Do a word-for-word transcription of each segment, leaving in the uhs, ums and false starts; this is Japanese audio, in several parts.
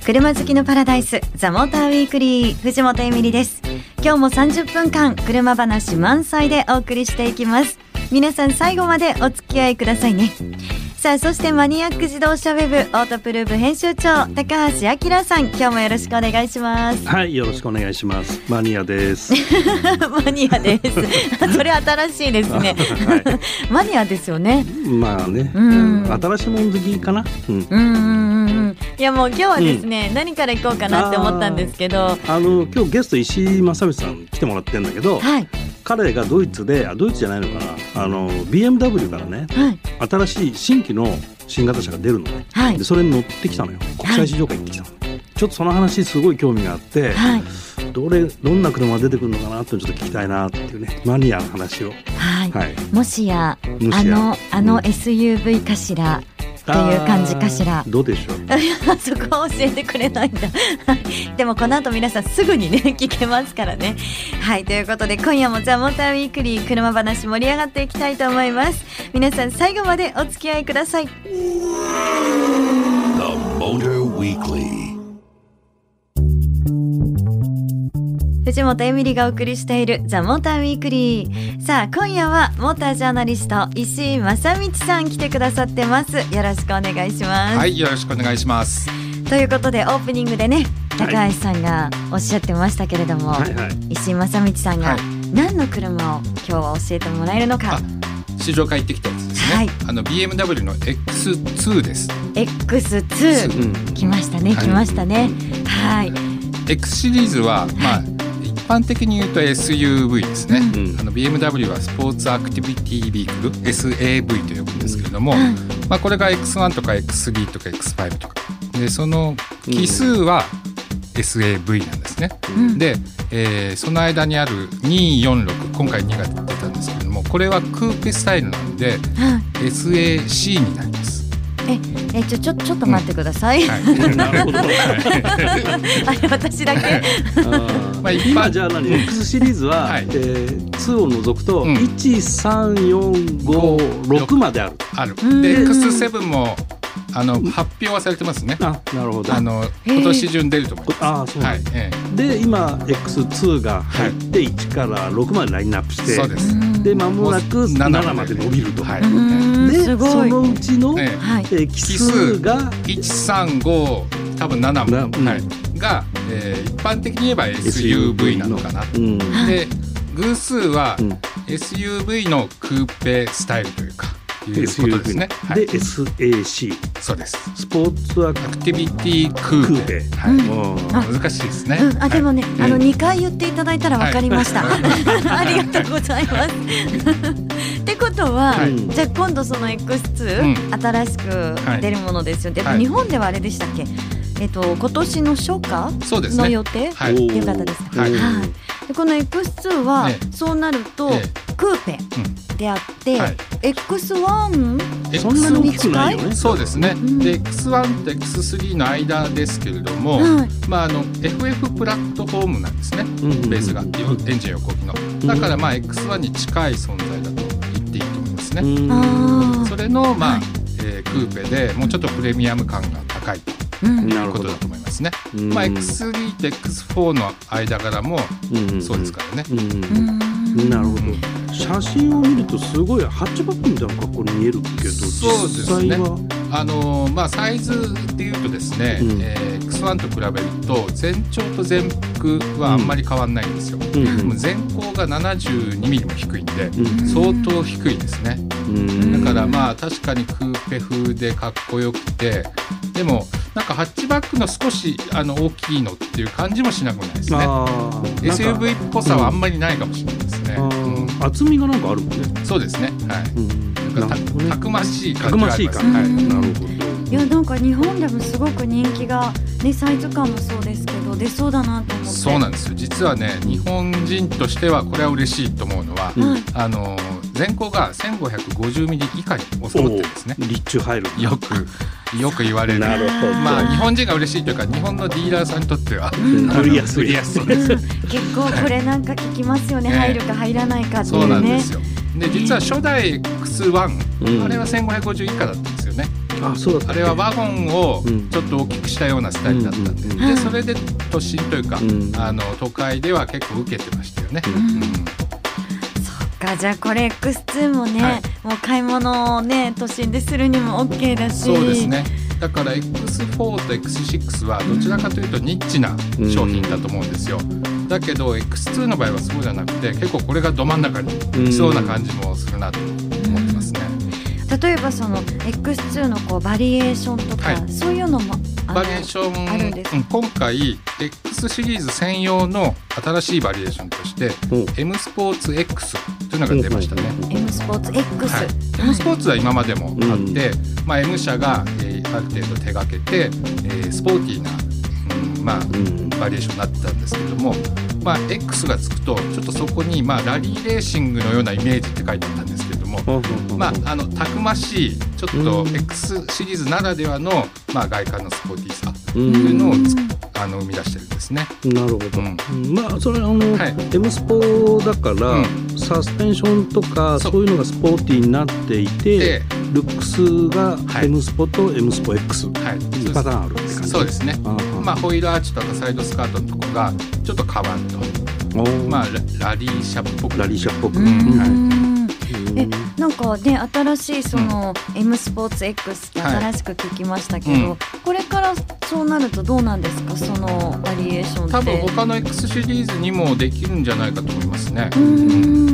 車好きのパラダイス、ザ・モーターウィークリー、藤本エミリです。今日もさんじゅっぷんかん車話満載でお送りしていきます。皆さん最後までお付き合いくださいね。さあ、そしてマニアック自動車ウェブオートプルーブ編集長高橋明さん、今日もよろしくお願いします。 はい、よろしくお願いします。マニアですマニアですそれ新しいですね、はい、マニアですよね。 まあね、うん、新しいもん好きかな、うん、 うんうんうん、いやもう今日はですね、うん、何からいこうかなって思ったんですけど、ああの今日ゲスト石井正道さん来てもらってるんだけど、はい、彼がドイツで、あドイツじゃないのかな、あの ビーエムダブリュー からね、はい、新しい新規の新型車が出るのね、はい、でそれに乗ってきたのよ。国際試乗会行ってきたの、はい、ちょっとその話すごい興味があって、はい、どれどんな車が出てくるのかなってちょっと聞きたいなっていうね、マニアの話を、はいはい、 もしやあの、あの エスユーブイ かしら、っていう感じかしら。 どうでしょうそこは教えてくれないんだでもこの後皆さんすぐにね聞けますからね。はい、ということで今夜もザ・モーターウィークリー車話盛り上がっていきたいと思います。皆さん最後までお付き合いください。 The Motor Weekly、藤本エミリがお送りしているザ・モーターウィークリー。さあ今夜はモータージャーナリスト石井正道さん来てくださってます。よろしくお願いします。 はい、よろしくお願いします。 ということでオープニングでね、高橋さんがおっしゃってましたけれども、はいはい、石井正道さんが何の車を今日は教えてもらえるのか。 試乗会行ってきたやつですね、はい、あの ビーエムダブリュー の エックスツー です。 エックスツー、うん、来ましたね、来ましたね、はい、 X シリーズは、まあ一般的に言うと エスユーブイ ですね、うん、あの ビーエムダブリュー はスポーツアクティビティビークル エスエーブイ と呼ぶんですけれども、うん、まあ、これが エックスワン とか エックススリー とか エックスファイブ とかで、その奇数は エスエーブイ なんですね、うん、で、えー、その間にあるにーよんろく、今回にが出たんですけれども、これはクーペスタイルなんで、うん、エスエーシー になります。 ええちょちょちょっと待ってください、うん、はい、なるほどあれ私だけまあ今じゃあ何 X シリーズは、はい、えー、ツーを除くと、うん、いちさんよんごろくまであるあるで エックスセブン もあの発表はされてますね。 あ、なるほど。 あの今年中に出ると思います。 あ、そうなんです、はい、ええ、で今 エックスツー が入っていちからろくまでラインナップして、そうです。で間もなくななまで伸びると、はい、でそのうちの、ええ、奇数がいちさんご、多分ななまで、はい、が、えー、一般的に言えば エスユーブイ なのかな、うん、で偶数は エスユーブイ のクーペスタイルというかいうことですね。 はい、で エスエーシー、 そうです。 スポーツアクティビティクーペ、はい、うん、難しいですね、 うん、あでもね、はい、あのにかい言っていただいたら分かりました、はい、ありがとうございますってことは、はい、じゃあ今度その エックスツー、うん、新しく出るものですよね、はい、日本ではあれでしたっけ、えっと、今年の初夏の予定、ね、はい、っていう方ですか、はいはい、でこの エックスツー は、ね、そうなると、ね、クーペであって、はい、エックスワンそんなに大きくないよね。 そうですね、うん、で エックスワン と エックススリー の間ですけれども、はい、まあ、あの エフエフ プラットフォームなんですね、うんうんうん、ベースがエンジン横木の、だから、まあ、エックスワン に近い存在だと言っていいと思いますね、うん、それの、まあ、はい、えー、クーペでもうちょっとプレミアム感が高いと、うん、いうことだと思いますね、うん、まあ、エックススリー と エックスフォー の間柄もそうですからね、うんうんうん、なるほど。写真を見るとすごいハッチバックみたいな格好に見えるけど、 そうですね、あのーまあ、サイズでいうとですね、うん、えー、エックスワン と比べると前長と前腹はあんまり変わんないんですよ、うんうん、前高が ななじゅうにミリも低いんで、うん、相当低いですね、うん、だからまあ確かにクーペ風でかっこよくて、でもなんかハッチバックの少しあの大きいのっていう感じもしなくないですね。 エスユーブイ っぽさはあんまりないかもしれないですね、 うん、厚みがなんかあるもんね。そうですね、はい、うん、なんか た, ね、 たくましい感じがあります、はい、 なるほど。 いやなんか日本でもすごく人気が、ね、サイズ感もそうですけど出そうだなと思って。 そうなんですよ。実はね、日本人としてはこれは嬉しいと思うのは、うん、あの前高がせんごひゃくごじゅうミリ以下に収まってるんですね。 立中入るよくよく言われる。 なるほど。 まあ日本人が嬉しいというか、日本のディーラーさんにとっては、うん、 売りやすいです。結構これなんか聞きますよね、入るか入らないかっていうね。 そうなんですよ。で実は初代 エックスワン、うん、あれはせんごひゃくごじゅう以下だったんですよね。 あ, そうだあれはワゴンをちょっと大きくしたようなスタイルだったんで、うん、でそれで都心というか、うん、あの都会では結構受けてましたよね、うんうん、 そっか。じゃあこれ エックスツー もね、はい、もう買い物をね都心でするにも OK だし。 そうですね。だから エックスフォー と エックスシックス はどちらかというとニッチな商品だと思うんですよ、うん、だけど エックスツー の場合はそうじゃなくて結構これがど真ん中に来そうな感じもするなと思ってますね、 うん、例えばその エックスツー のこうバリエーションとか、はい、そういうのもバリエーションあるんですか？うん、今回 X シリーズ専用の新しいバリエーションとして M スポーツ X というのが出ましたね。 M スポーツ X、はい、 M スポーツは今までもあって、うんまあ、M 社が、えー、ある程度手がけて、えー、スポーティーな、うんまあ、バリエーションになってたんですけども、まあ、X がつくとちょっとそこに、まあ、ラリーレーシングのようなイメージって書いてあったんですけども、まあ、あのたくましいちょっと X シリーズならではの、まあ、外観のスポーティーさというのをつあの生み出してるんですね。 なるほど、うん、まあそれあの、はい、M スポだから、うん、サスペンションとかそういうのがスポーティーになっていて、ルックスが M スポと M スポ X、はい、にパターンあるって感じ。 そうですね。まあ、ホイールアーチとかサイドスカートのところがちょっと変わると、まあ、ラ, ラリー車っぽくラリー車っぽく、 うんはいえなんかね新しいその、うん、M スポーツ X って新しく聞きましたけど、はいうん、これからそうなるとどうなんですか、そのバリエーションって。 多分他の X シリーズにもできるんじゃないかと思いますね。 うん、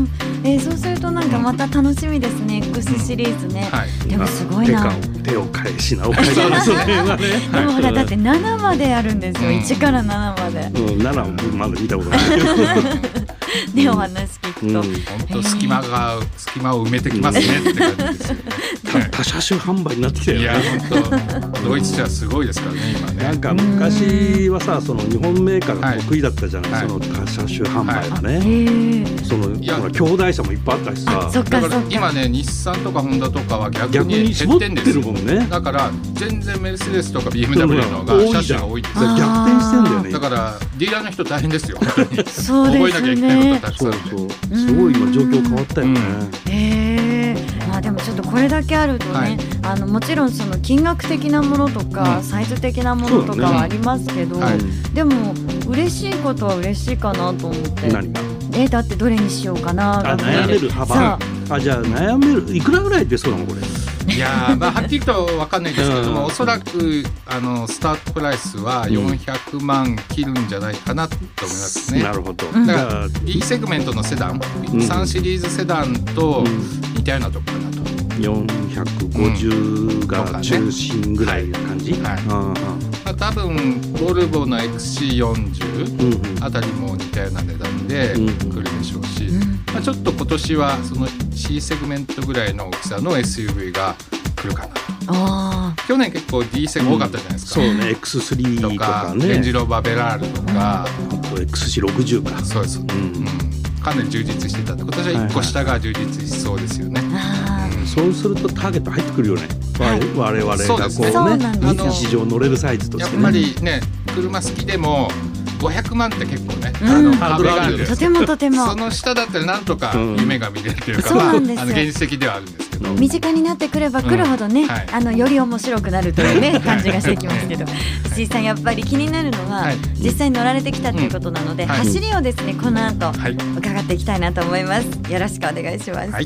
えー、そうするとなんかまた楽しみですね、うん、X シリーズね、うんはい、でもすごいな、 手を返しなお返しなそれはねでもほらだってななまであるんですよ、うん、いちからななまで、 うん、ななまだ見たことないでお話聞くと、 うん、本当隙間が隙間を埋めてきますねって感じですよね多車種販売になってきたよね。 いや本当ドイツ車すごいですからね今ね。 なんか昔はさその日本メーカーが得意だったじゃない、はい、その多車種販売がね、はい、そのいや兄弟車もいっぱいあったしさ。 そっかそっか。 だから今ね日産とかホンダとかは逆に減ってんですよ。 逆に絞ってるもんね。 だから全然メルセデスとか ビーエムダブリュー のが車種が多いんですよ。 逆転してんだよね。 だからディーラーの人大変ですよそうですね。 覚えなきゃいけないことたくさんある。 そうそうすごい今状況変わったよね、 うん、へー、まあでもちょっとこれだけあるとね、はい、あのもちろんその金額的なものとか、うん、サイズ的なものとかはありますけど、ねはい、でも嬉しいことは嬉しいかなと思って。 何がえだってどれにしようかなあ悩める幅あじゃあ悩めるいくらぐらいでそうなのこれ。 いやまあはっきりと分かんないですけども、うん、おそらくあのスタートプライスはよんひゃくまん切るんじゃないかなと思いますね。 なるほど。 だから B セグメントのセダン、うん、さんシリーズセダンと似たようなところかなと。 よんひゃくごじゅうが中心ぐらいな感じ、うんはいはいまあ、多分ボルボの エックスシーよんじゅう あたりも似たような値段で来るでしょうし、うんうんまあ、ちょっと今年はその C セグメントぐらいの大きさの エスユーブイ が来るかなと。 あ去年結構 D セグ多かったじゃないですか、 うん、そうね エックススリー とかねレンジローバーベラールとか、 うん、あと エックスシーろくじゅう かそうです、うんうん、かなり充実してたってことじゃいっこ下が充実しそうですよね、 はいはいうん、そうするとターゲット入ってくるよね、はい、我々がこうね、ね日常乗れるサイズとして、ね、 やっぱりね車好きでもごひゃくまんって結構ね、うん、あの壁があるんですとてもとてもその下だったらなんとか夢が見れるというか、うんまあ、あの現実的ではあるんですけど身近になってくればくるほどね、うんはい、あのより面白くなるというね感じがしてきますけど石井さんやっぱり気になるのは、はい、実際に乗られてきたということなので、うんはい、走りをですねこの後、はい、伺っていきたいなと思います。よろしくお願いします、はい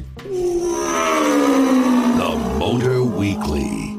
、The Motor Weekly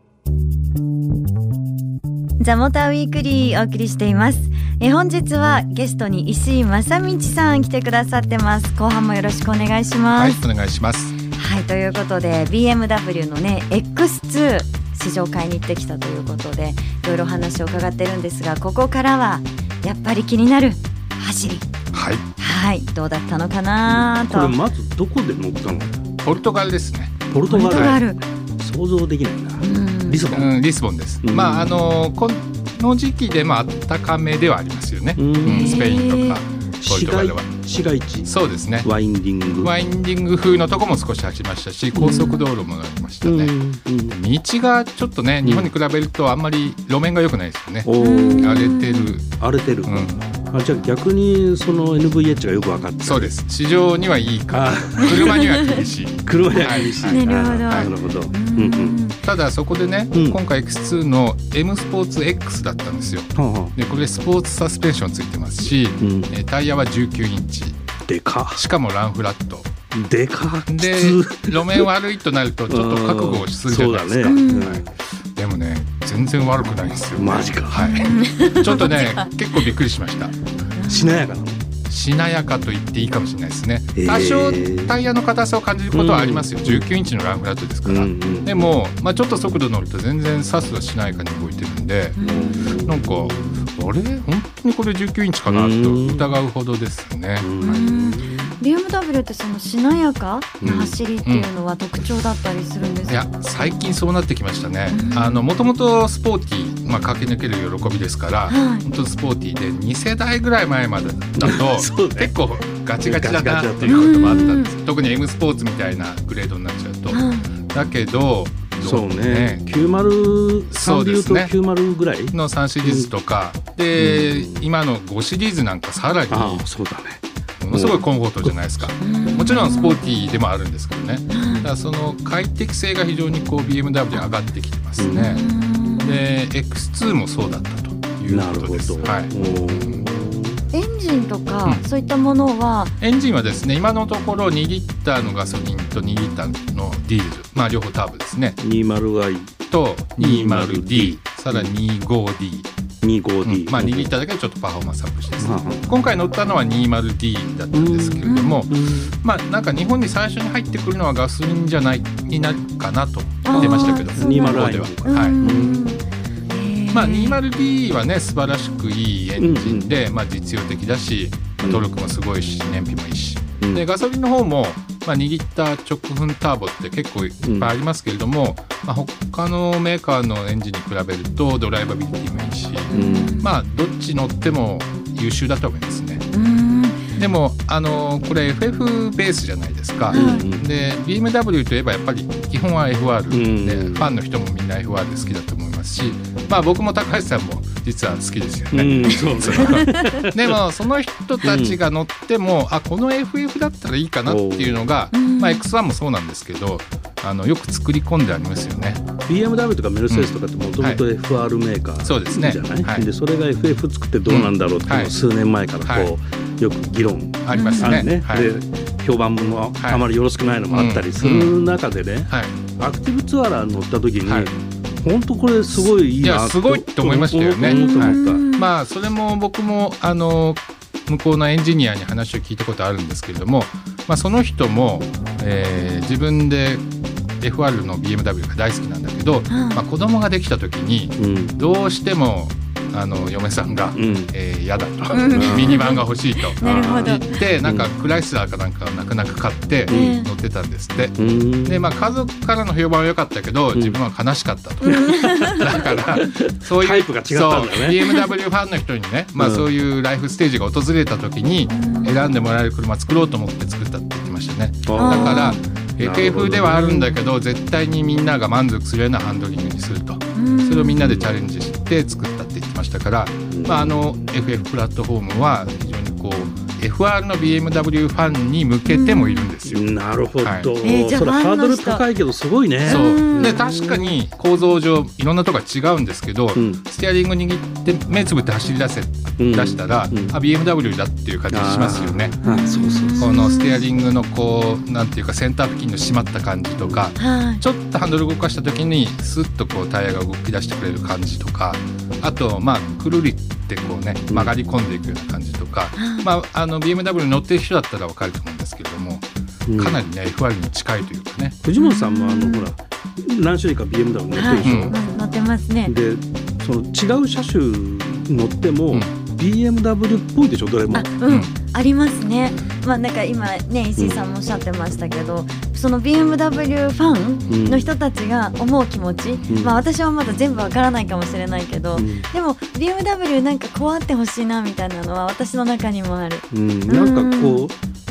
ザ・モーターウィークリーお送りしています。え本日はゲストに石井正道さん来てくださってます。後半もよろしくお願いします。 はい、お願いします。 はいということで ビーエムダブリュー のね エックスツー 試乗会に行ってきたということでいろいろ話を伺ってるんですが、ここからはやっぱり気になる走りはい、 はい、どうだったのかなと。 これまずどこで乗ったの？ ポルトガルですね。 ポルトガル、 ポルトガル想像できないな。リスボン、 うん、リスボンです、うん、まああのこの時期でもあったかめではありますよね、うん、スペインとかポルトガルは市街地そうですね。 ワインディングワインディング風のとこも少し走りましたし高速道路もありましたね、うんうん、道がちょっとね日本に比べるとあんまり路面が良くないですよね、うん、荒れてる荒れてる、 うん、 あ、じゃあ逆にその エヌブイエイチ がよく分かってる。 そうです。市場にはいいか車には厳しい車には厳しい、はい、 なるほど、 うんうん、 ただそこでね、うん、今回 エックスツー の M スポーツ X だったんですよ、うん、でこれスポーツサスペンションついてますし、うん、タイヤはじゅうきゅうインチでか、 しかもランフラットでかで路面悪いとなるとちょっと覚悟をするじゃないですか、ね、うん、はい、でもね全然悪くないんですよ。 マジか、 はい、ちょっとね結構びっくりしました。 しなやかなの、 しなやかと言っていいかもしれないですね。多少タイヤの硬さを感じることはありますよ、うん、じゅうきゅうインチのランフラットですから、うんうん、でも、まあ、ちょっと速度乗ると全然サスはしなやかに動いてるんで、うん、なんかあれ本当にこれじゅうきゅうインチかなと疑うほどですね、うん、はい、 ビーエムダブリュー ってそのしなやかな走りっていうのは特徴だったりするんですか？ いや最近そうなってきましたね。もともとスポーティー、まあ、駆け抜ける喜びですから、はい、本当スポーティーでに世代ぐらい前までだとね、結構ガチガチだなっていうこともあったんです。特に M スポーツみたいなグレードになっちゃうと、うん、だけどそうね、きゅうじゅうさんでいうときゅうじゅうぐらいのさんシリーズとか、うん、で、うん、今のごシリーズなんかさらにそうだね、 ものすごいコンフォートじゃないですか。もちろんスポーティーでもあるんですけどね、だからその快適性が非常にこう ビーエムダブリュー 上がってきてますね。で エックスツー もそうだったということです。 なるほど、はい、 エンジンとか、うん、そういったものはエンジンはですね今のところにリッターのガソリンとにリッターのディーゼル、まあ両方ターボですね。 にじゅうアイと にじゅうディー さらに にじゅうごディー、 にじゅうごディー、 うん、まあ、にリッターだけでちょっとパフォーマンスアップしてですね、うん、今回乗ったのは にじゅうディー だったんですけれども、うん、まあなんか日本に最初に入ってくるのはガソリンじゃないになるかなと言ってましたけど、 にじゅうアイでは、 はい、まあ、にじゅうディー はね素晴らしくいいエンジンで、うん、まあ、実用的だし、トルクもすごいし燃費もいいし、うん、でガソリンの方も、まあ、にリッター直噴ターボって結構いっぱいありますけれども、うん、まあ、他のメーカーのエンジンに比べるとドライバビリティもいいし、うん、まあどっち乗っても優秀だと思いますね。うん、でもあのこれ エフエフ ベースじゃないですか、うん、で ビーエムダブリュー といえばやっぱり基本は エフアール で、うん、ファンの人もみんな エフアール 好きだと思いますし、まあ、僕も高橋さんも実は好きですよね、うん、そうそうでもその人たちが乗っても、うん、あこの エフエフ だったらいいかなっていうのが、まあ、エックスワン もそうなんですけどあのよく作り込んでありますよね。 ビーエムダブリュー とかメルセデスとかってもともと エフアール メーカーじゃない、 そうですね、はい、 でそれが エフエフ 作ってどうなんだろうっていうのを数年前からこう、はい、よく議論ありますね、 ね、はい、で評判もあまりよろしくないのもあったりする中でね、はい、アクティブツアラー乗った時に、はい、本当これすごいいいなって、いやすごいと思いましたよね。思った思った、はい、まあそれも僕もあの向こうのエンジニアに話を聞いたことあるんですけれども、まあ、その人も、えー、自分で エフアール の ビーエムダブリュー が大好きなんだけど、うん、まあ、子供ができた時にどうしてもあの嫁さんが、うん、えー、嫌だと、うん、ミニバンが欲しいと言ってなんかクライスラーかなんかを泣く泣く買って乗ってたんですって、うん、で、まあ、家族からの評判は良かったけど自分は悲しかったと、うん、だからそういうタイプが違ったんだね。 ビーエムダブリュー ファンの人にね、まあ、そういうライフステージが訪れた時に選んでもらえる車作ろうと思って作ったって言ってましたね。だからエフエフ ではあるんだけど絶対にみんなが満足するようなハンドリングにすると、それをみんなでチャレンジして作ったって言ってましたから、まあ、あの エフエフ プラットフォームは非常にこう エフアール の ビーエムダブリュー ファンに向けてもいるんですよ、うん、 なるほど、はい、 えー、 それハードル高いけどすごいね。 そうで確かに構造上いろんなとこが違うんですけど、うん、ステアリング握って目つぶって走り出せ、うん、出したら、うん、あ ビーエムダブリュー だっていう感じしますよね。 ああそうそうそう、 このステアリングのこうなんていうかセンター付近の締まった感じとか、はい、ちょっとハンドル動かした時にスッとこうタイヤが動き出してくれる感じとか、あとまあくるりってこうね曲がり込んでいくような感じとか、うん、まあ、あの ビーエムダブリュー に乗ってる人だったら分かると思うんですけれども、うん、かなりね エフアール に近いというかね。 藤本さんもあのほら何種類か ビーエムダブリュー 乗ってるでしょ、はい、 うん、乗ってますね。 でその違う車種乗っても、うん、ビーエムダブリュー っぽいでしょどれも。 あ、うん、うん、ありますね。まあ、なんか今ね石井さんもおっしゃってましたけど、うん、その ビーエムダブリュー ファンの人たちが思う気持ち、うん、まあ、私はまだ全部わからないかもしれないけど、うん、でも ビーエムダブリュー なんかこうあってほしいなみたいなのは私の中にもある、 うん、なんかこう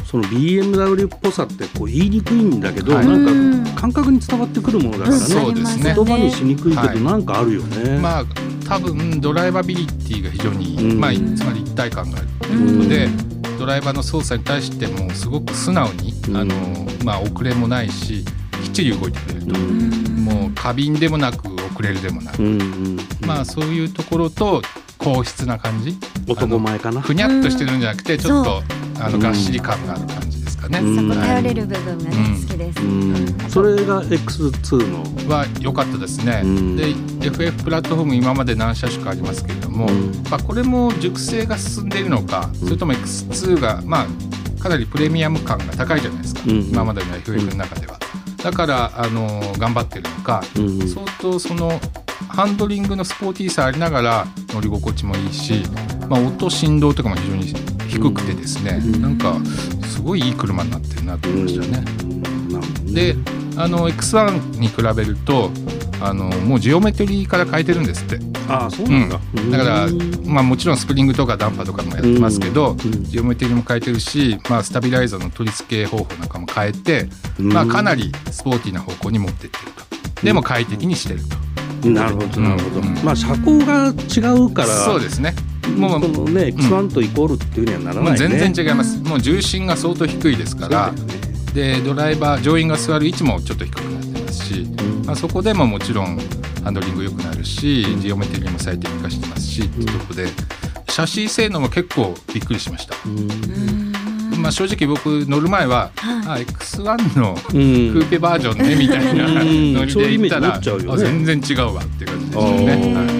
その ビーエムダブリュー っぽさってこう言いにくいんだけど、はい、なんか感覚に伝わってくるものだからね、 そうですね、 言葉にしにくいけどなんかあるよね、 はい、まあ多分ドライバビリティが非常に、うん、まあ、つまり一体感があるということで、うん、ドライバーの操作に対してもすごく素直に、うん、あのまあ、遅れもないしきっちり動いてくれると、うん、もう過敏でもなく遅れるでもなく、うんうん、まあ、そういうところと硬質な感じ、 男前かな、 ふにゃっとしてるんじゃなくてちょっとあのがっしり感がある感じですかね、 うん、そこ頼れる部分がね、うん、好きです、うんうん、それが エックスツー のは良かったですね、うん、で エフエフ プラットフォーム今まで何車種かありますけれども、うん、まあ、これも熟成が進んでいるのか、それとも エックスツー が、まあ、かなりプレミアム感が高いじゃないですか、うん、今までの エフエフ の中では、だからあの頑張ってるのか、うん、相当そのハンドリングのスポーティーさありながら乗り心地もいいし、まあ、音振動とかも非常に低くてですね、うん、なんかすごいいい車になってるなと思いましたね、うん、であの エックスワン に比べるとあのもうジオメトリーから変えてるんですって。 ああ、そうなんだ、 うん、だから、まあ、もちろんスプリングとかダンパーとかもやってますけど、うん、ジオメトリーも変えてるし、まあ、スタビライザーの取り付け方法なんかも変えて、うん、まあ、かなりスポーティーな方向に持っていってると。でも快適にしてると、 うん、なるほどなるほど、うん、まあ、車高が違うから、 そうですね、もう、 ね、エックスワン とイコールっていうにはならないね、 もう全然違います、もう重心が相当低いですから、でドライバー乗員が座る位置もちょっと低くなってますし、うん、まあ、そこでももちろんハンドリング良くなるし、ジオメトリーも最適化してますし、っていうところでシャシー性能も結構びっくりしました。うん、まあ、正直僕乗る前は、はい、あ エックスワン のクーペバージョンねみたいな乗りで言ったら、ね、全然違うわっていう感じでしたね、はい、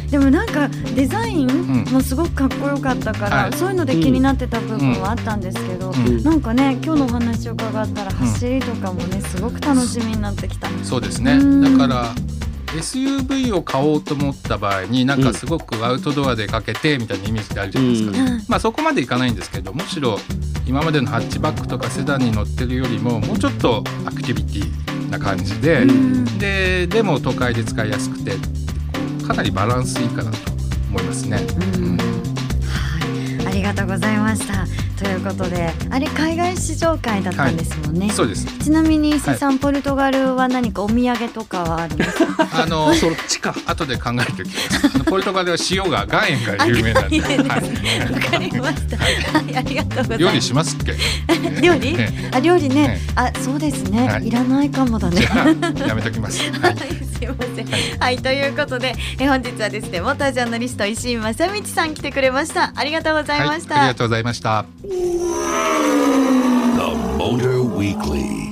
でもなんかデザインもすごくかっこよかったから、うん、そういうので気になってた部分はあったんですけど、うん、なんかね今日のお話を伺ったら走りとかもねすごく楽しみになってきた。 そうですね、だからエスユーブイ を買おうと思った場合になんかすごくアウトドアでかけてみたいなイメージってあるじゃないですか、うん、まあ、そこまでいかないんですけど、むしろ今までのハッチバックとかセダンに乗ってるよりももうちょっとアクティビティな感じで、うん、で, でも都会で使いやすくてかなりバランスいいかなと思いますね、うんうん、はい、 ありがとうございました。ということであれ海外試乗会だったんですもんね、 はい、そうです。 ちなみに伊勢さん、はい、ポルトガルは何かお土産とかはあるんですか？ あのそっちか後で考えておきますポルトガルは塩が岩塩が有名なんで、わ、 はい、かりました、はいはい、ありがとうございます。 料理しますっけ料理、ね、あ料理ね、ね、あそうですね、はい、いらないかもだね。 やめときます、 はい、すいません、はい、はい、ということでえ本日はですねモータージャーナリスト石井正道さん来てくれました。ありがとうございました、はい、 ありがとうございました。 The Motor Weekly。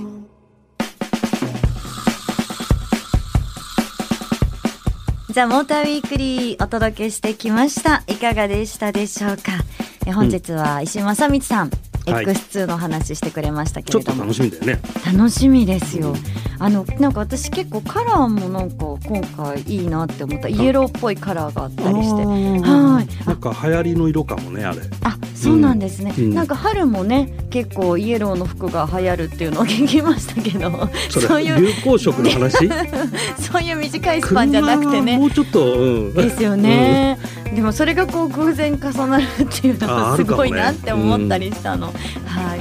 ザ・モーターウィークリーお届けしてきました。いかがでしたでしょうか。え本日は石井正道さん、うん、エックスツー の話してくれましたけれども、 ちょっと楽しみだよね。 楽しみですよ。あのなんか私結構カラーもなんか今回いいなって思った。イエローっぽいカラーがあったりして、はい、 なんか流行りの色かもねあれ。 あ、そうなんですね、うん、なんか春もね結構イエローの服が流行るっていうのを聞きましたけど、 それそういう流行色の話そういう短いスパンじゃなくてね、 もうちょっと、うん、 ですよね、うん、でもそれがこう偶然重なるっていうのがすごいなって思ったりしたの、ね、うん、はい。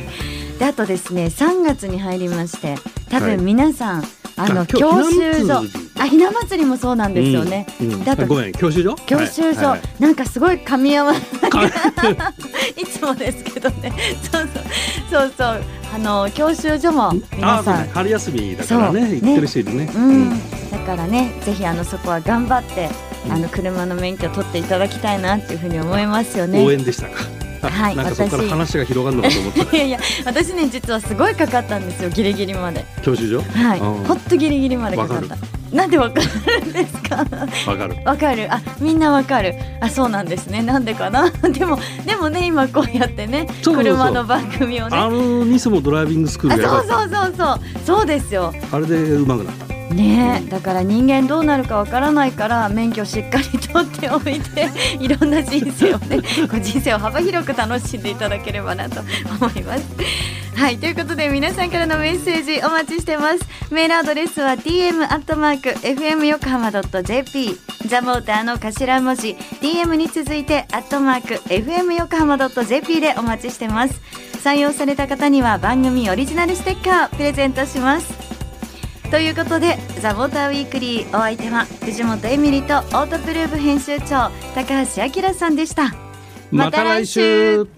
であとですねさんがつに入りまして多分皆さん、はい、あの教習所、あひな祭りもそうなんですよね、 うんうん、だとごめん教習所教習所、はいはい、なんかすごい噛み合わないいつもですけどねそうそうそうそうあの教習所も皆さん、 ね、春休みだからね行ってる人いるね、 うん、だからねぜひあのそこは頑張ってあの車の免許を取っていただきたいなっていうふうに思いますよね。 応援でしたか。はい、なんかそこから話が広がるのかと思った。 いやいや私ね実はすごいかかったんですよ、ギリギリまで。 教習所？ はい、ほんとギリギリまでかかった。なんでわかるんですか？ わかる。 わかる。あ、みんなわかる。あ、そうなんですね。なんでかな。でもでもね今こうやってねそうそうそう車の番組をね。 あのニスもドライビングスクールやそうそうそうそうそうですよ。 あれで上手くなった。 ねえ、だから人間どうなるかわからないから免許しっかり取っておいていろんな人生をねこう人生を幅広く楽しんでいただければなと思います。はい、ということで皆さんからのメッセージお待ちしてます。メールアドレスは ティーエム アットマーク エフエム 横浜 ドット ジェーピー ザ・モーターの頭文字 ティーエム に続いてアットマーク エフエム 横浜 ドット ジェーピー でお待ちしてます。 採用された方には番組オリジナルステッカープレゼントします。ということでザ・ウォーターウィークリー、お相手は藤本エミリとオートプルーブ編集長高橋明さんでした。 また来週。